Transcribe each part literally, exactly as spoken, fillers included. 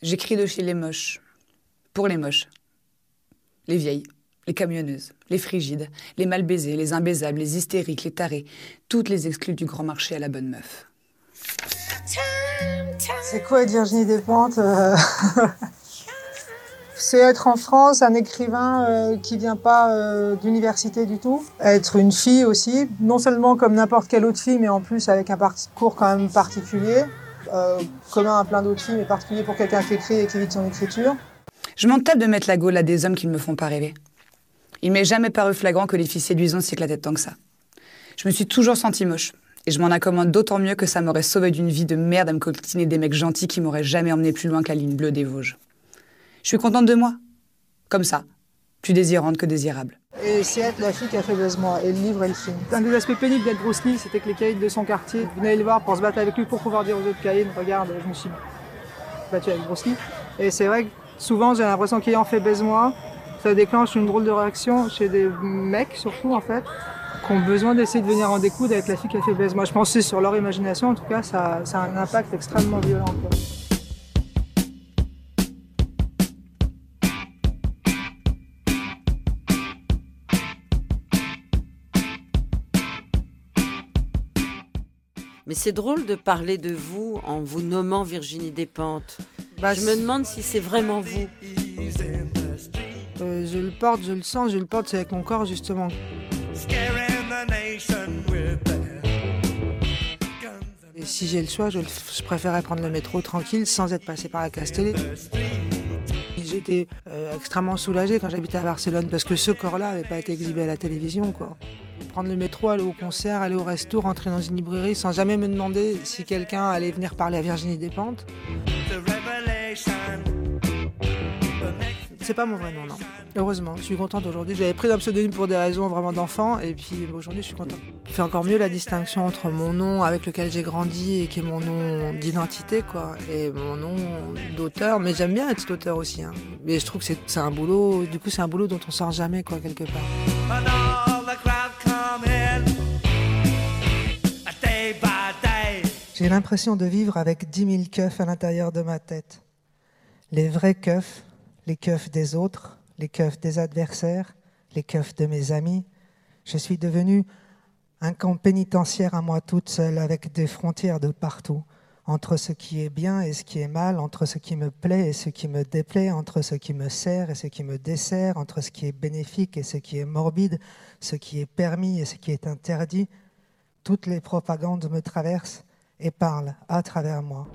J'écris de chez les moches, pour les moches. Les vieilles, les camionneuses, les frigides, les mal baisées, les imbaisables, les hystériques, les tarés, toutes les exclues du grand marché à la bonne meuf. C'est quoi être Virginie Despentes euh... C'est être en France un écrivain euh, qui vient pas euh, d'université du tout. Être une fille aussi, non seulement comme n'importe quelle autre fille, mais en plus avec un parcours quand même particulier, euh, commun à plein d'autres filles, mais particulier pour quelqu'un qui écrit et qui vit de son écriture. Je m'en tape de mettre la gaule à des hommes qui ne me font pas rêver. Il m'est jamais paru flagrant que les filles séduisantes s'éclataient tant que ça. Je me suis toujours sentie moche. Et je m'en accommode d'autant mieux que ça m'aurait sauvé d'une vie de merde à me coltiner des mecs gentils qui m'auraient jamais emmené plus loin que la ligne bleue des Vosges. Je suis contente de moi. Comme ça. Plus désirante que désirable. Et c'est être la fille qui a fait Baise-moi, et le livre et le film. Un des aspects pénibles d'être Bruce Lee, c'était que les caïds de son quartier venaient le voir pour se battre avec lui, pour pouvoir dire aux autres caïds, regarde, je me suis battu avec Bruce Lee. Et c'est vrai que souvent, j'ai l'impression qu'ayant fait Baise-moi, ça déclenche une drôle de réaction chez des mecs, surtout en fait, qui ont besoin d'essayer de venir en découdre avec la fille qui a fait Baise-moi. Je pense que sur leur imagination, en tout cas, ça, ça a un impact extrêmement violent, quoi. Mais c'est drôle de parler de vous en vous nommant Virginie Despentes. Bah, je me demande si c'est vraiment vous. Euh, je le porte, je le sens, je le porte, c'est avec mon corps justement. Et si j'ai le choix, je, je préférerais prendre le métro tranquille sans être passé par la Castellet. J'étais euh, extrêmement soulagée quand j'habitais à Barcelone parce que ce corps-là n'avait pas été exhibé à la télévision, quoi. Prendre le métro, aller au concert, aller au resto, rentrer dans une librairie sans jamais me demander si quelqu'un allait venir parler à Virginie Despentes. C'est pas mon vrai nom, non. Heureusement, je suis contente aujourd'hui. J'avais pris un pseudonyme pour des raisons vraiment d'enfant et puis aujourd'hui je suis contente. Je fais encore mieux la distinction entre mon nom avec lequel j'ai grandi et qui est mon nom d'identité, quoi, et mon nom d'auteur. Mais j'aime bien être auteur aussi, hein. Mais je trouve que c'est, c'est un boulot, du coup c'est un boulot dont on sort jamais, quoi, quelque part. J'ai l'impression de vivre avec dix mille keufs à l'intérieur de ma tête. Les vrais keufs, les keufs des autres, les keufs des adversaires, les keufs de mes amis. Je suis devenue un camp pénitentiaire à moi toute seule, avec des frontières de partout, entre ce qui est bien et ce qui est mal, entre ce qui me plaît et ce qui me déplaît, entre ce qui me sert et ce qui me dessert, entre ce qui est bénéfique et ce qui est morbide, ce qui est permis et ce qui est interdit. Toutes les propagandes me traversent et parlent à travers moi.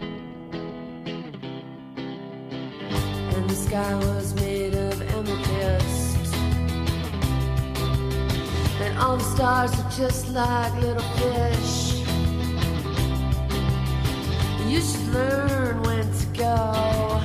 And the sky was made of amethyst, and all the stars are just like little fish. You should learn when to go.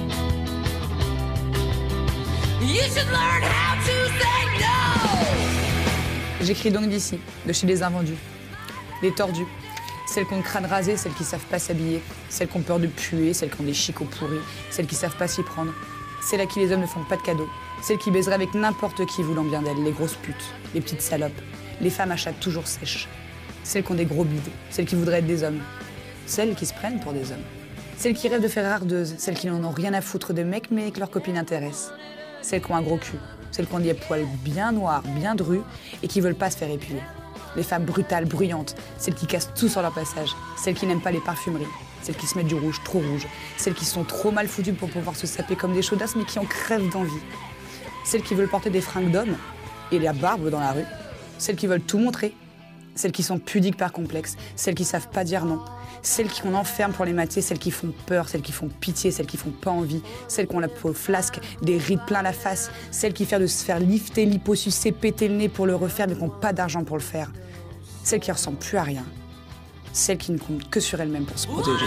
You should learn how to say no. J'écris donc d'ici, de chez les invendus, les tordus, celles qui ont le crâne rasé, celles qui savent pas s'habiller, celles qui ont peur de puer, celles qui ont des chicots pourris, celles qui savent pas s'y prendre, celles à qui les hommes ne font pas de cadeaux, celles qui baiseraient avec n'importe qui voulant bien d'elles, les grosses putes, les petites salopes, les femmes à chatte toujours sèches, celles qui ont des gros bides, celles qui voudraient être des hommes, celles qui se prennent pour des hommes, celles qui rêvent de faire ardeuses, celles qui n'en ont rien à foutre de mecs mais que leur copine intéresse, celles qui ont un gros cul, celles qui ont des poils bien noirs, bien drus et qui veulent pas se faire épiler. Les femmes brutales, bruyantes, celles qui cassent tout sur leur passage, celles qui n'aiment pas les parfumeries, celles qui se mettent du rouge trop rouge, celles qui sont trop mal foutues pour pouvoir se saper comme des chaudasses mais qui en crèvent d'envie, celles qui veulent porter des fringues d'hommes et la barbe dans la rue, celles qui veulent tout montrer, celles qui sont pudiques par complexe, celles qui savent pas dire non, celles qu'on enferme pour les mater, celles qui font peur, celles qui font pitié, celles qui font pas envie, celles qui ont la peau flasque, des rides plein la face, celles qui font de se faire lifter, liposucer, péter le nez pour le refaire mais qui n'ont pas d'argent pour le faire, celles qui ressemblent plus à rien, celles qui ne comptent que sur elles-mêmes pour se protéger.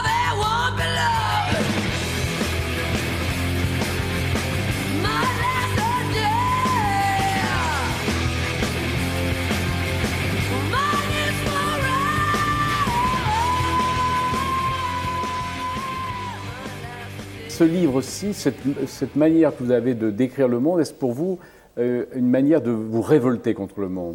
Ce livre-ci, cette, cette manière que vous avez de décrire le monde, est-ce pour vous euh, une manière de vous révolter contre le monde ?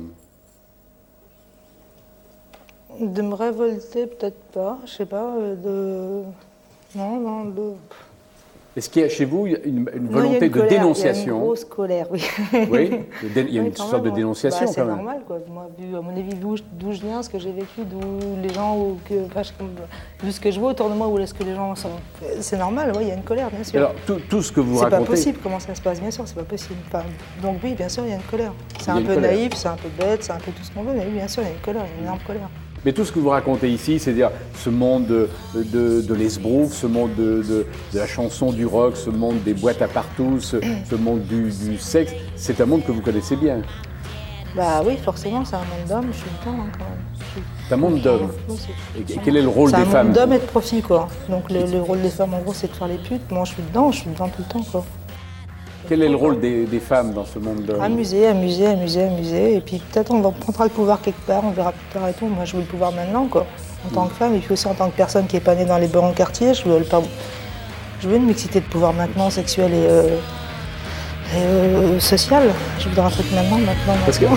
De me révolter, peut-être pas, je sais pas, euh, de... Non, non, de... Est-ce qu'il y a chez vous une, une volonté non, il y a une de colère, dénonciation? Il y a une grosse colère, oui. Oui, il y a une oui, sorte même, de ouais. dénonciation bah, quand même. C'est normal, quoi. Moi, vu, à mon avis, d'où je viens, ce que j'ai vécu, d'où les gens, ou que, enfin, je, vu ce que je vois autour de moi, où est-ce que les gens sont... C'est normal, oui, il y a une colère, bien sûr. Alors, tout, tout ce que vous c'est racontez... C'est pas possible, comment ça se passe, bien sûr, c'est pas possible. Enfin, donc oui, bien sûr, il y a une colère. C'est un peu colère. naïf, c'est un peu bête, c'est un peu tout ce qu'on veut, mais oui, bien sûr, il y a une colère, il y a une énorme colère. Mais tout ce que vous racontez ici, c'est-à-dire ce monde de, de, de l'esbrouf, ce monde de, de, de la chanson, du rock, ce monde des boîtes à partout, ce, ce monde du, du sexe, c'est un monde que vous connaissez bien. Bah oui, forcément, c'est un monde d'hommes, je suis dedans hein, quand même. C'est un monde d'hommes. Et quel est le rôle des femmes? C'est un monde d'hommes et de profit, quoi. Donc le, le rôle des femmes, en gros, c'est de faire les putes. Moi, je suis dedans, je suis dedans tout le temps, quoi. Quel est le rôle des, des femmes dans ce monde d'hommes? Amuser, amuser, amuser, amuser. Et puis peut-être on prendra le pouvoir quelque part, on verra plus tard et tout. Moi, je veux le pouvoir maintenant, quoi. En tant que femme, et puis aussi en tant que personne qui n'est pas née dans les bons quartiers, je veux, le, je veux une mixité de pouvoir maintenant, sexuelle et, euh, et euh, sociale. Je voudrais un truc maintenant, maintenant, Parce que... maintenant.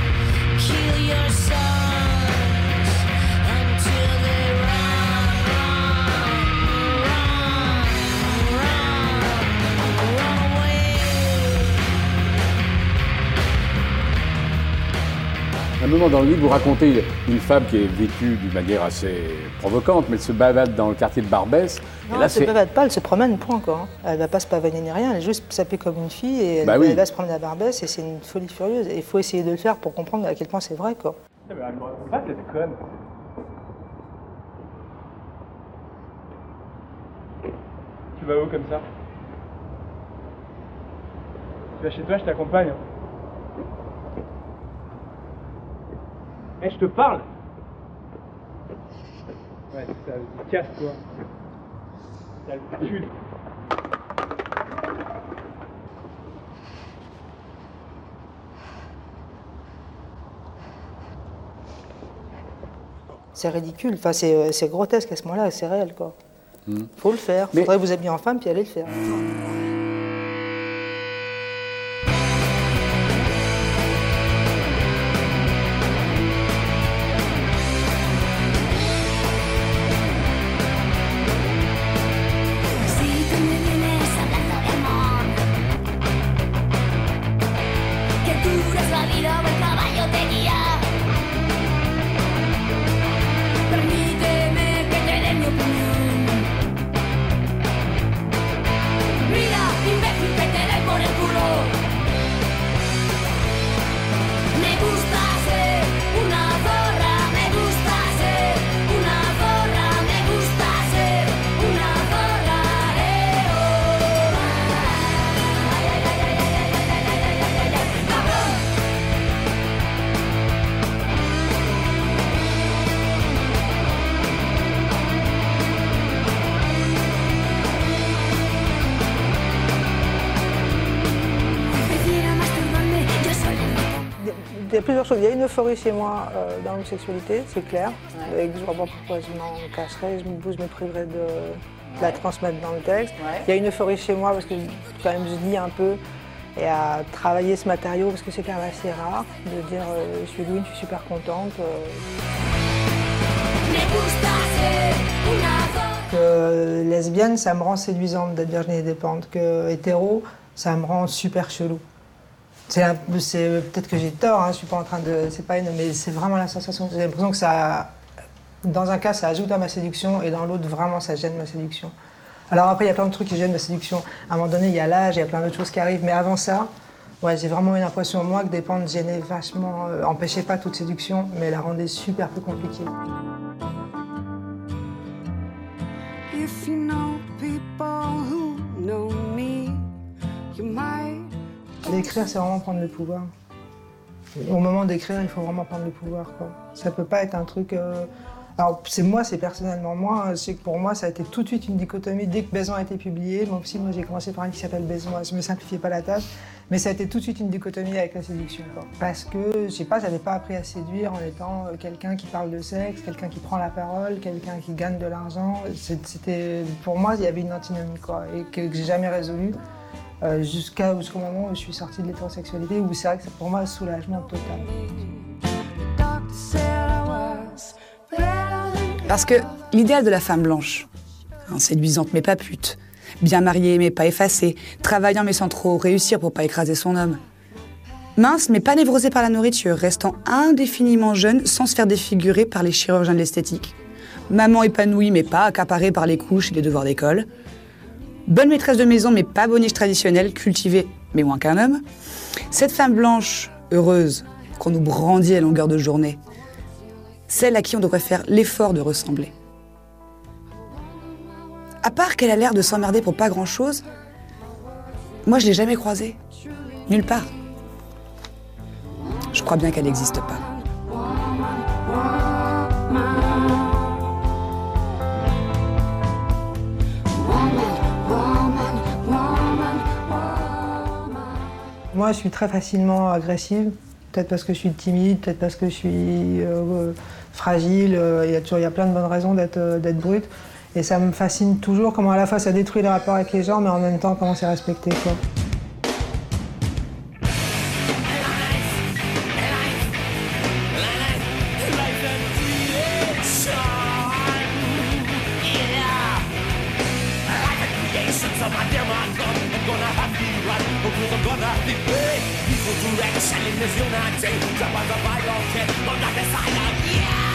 À un moment dans le livre, vous racontez une femme qui est vécue d'une manière assez provocante, mais elle se balade dans le quartier de Barbès. Non, et là, elle ne se balade pas, elle se promène, point quoi. Elle ne va pas se pavaner ni rien, elle est juste sapée comme une fille et elle, bah oui. elle va se promener à Barbès et c'est une folie furieuse. Et il faut essayer de le faire pour comprendre à quel point c'est vrai quoi. Mais elle me pas cette conne. Tu vas où comme ça? Tu vas chez toi, je t'accompagne. Eh, je te parle. Ouais, c'est ça, vas-y, casse-toi. T'as le cul. C'est ridicule, enfin c'est, c'est grotesque à ce moment-là, c'est réel quoi. Mmh. Faut le faire, Mais... faudrait vous habiller en femme puis aller le faire. Il y a plusieurs choses. Il y a une euphorie chez moi euh, dans l'homosexualité, c'est clair. Ouais. Et je ne vois pas pourquoi je m'en cacherais, je me, je me priverais de, de ouais. la transmettre dans le texte. Ouais. Il y a une euphorie chez moi parce que quand même je lis un peu et à travailler ce matériau parce que c'est quand même assez rare de dire euh, je suis Louine, je suis super contente. Euh... Que lesbienne, ça me rend séduisante d'être Virginie Despentes. Que hétéro, ça me rend super chelou. C'est, c'est peut-être que j'ai tort, hein, je suis pas en train de, c'est pas une, mais c'est vraiment la sensation. J'ai l'impression que ça, dans un cas, ça ajoute à ma séduction et dans l'autre, vraiment, ça gêne ma séduction. Alors après, il y a plein de trucs qui gênent ma séduction. À un moment donné, il y a l'âge, il y a plein d'autres choses qui arrivent, mais avant ça, ouais, j'ai vraiment eu l'impression moi que Despentes gênait vachement, euh, empêchait pas toute séduction, mais la rendait super peu compliquée. If you know people who know me, you might. L'écrire, c'est vraiment prendre le pouvoir. Au moment d'écrire, il faut vraiment prendre le pouvoir, quoi. Ça peut pas être un truc... Euh... Alors, c'est moi, c'est personnellement moi. Je sais que pour moi, ça a été tout de suite une dichotomie. Dès que Baison a été publié, moi aussi, moi, j'ai commencé par un qui s'appelle Baison. Je me simplifiais pas la tâche. Mais ça a été tout de suite une dichotomie avec la séduction, quoi. Parce que, je sais pas, j'avais pas appris à séduire en étant quelqu'un qui parle de sexe, quelqu'un qui prend la parole, quelqu'un qui gagne de l'argent. C'était... Pour moi, il y avait une antinomie, quoi. Et que, que j'ai jamais résolue. Euh, jusqu'à, jusqu'au moment où je suis sortie de l'hétérosexualité, où c'est vrai que c'est pour moi un soulagement total. Parce que l'idéal de la femme blanche, hein, séduisante mais pas pute, Bien mariée mais pas effacée, travaillant mais sans trop réussir pour pas écraser son homme. Mince mais pas névrosée par la nourriture, restant indéfiniment jeune sans se faire défigurer par les chirurgiens de l'esthétique. Maman épanouie mais pas accaparée par les couches et les devoirs d'école. Bonne maîtresse de maison mais pas boniche traditionnelle, cultivée mais moins qu'un homme. Cette femme blanche, heureuse, qu'on nous brandit à longueur de journée. Celle à qui on devrait faire l'effort de ressembler. À part qu'elle a l'air de s'emmerder pour pas grand-chose, moi je l'ai jamais croisée. Nulle part. Je crois bien qu'elle n'existe pas. Moi, je suis très facilement agressive. Peut-être parce que je suis timide, peut-être parce que je suis euh, fragile. Il y a toujours, il y a plein de bonnes raisons d'être euh, d'être brute. Et ça me fascine toujours comment à la fois ça détruit les rapports avec les gens, mais en même temps comment c'est respecté, quoi. People to action in this unity. Jump on the violent kid, but not the silent, yeah!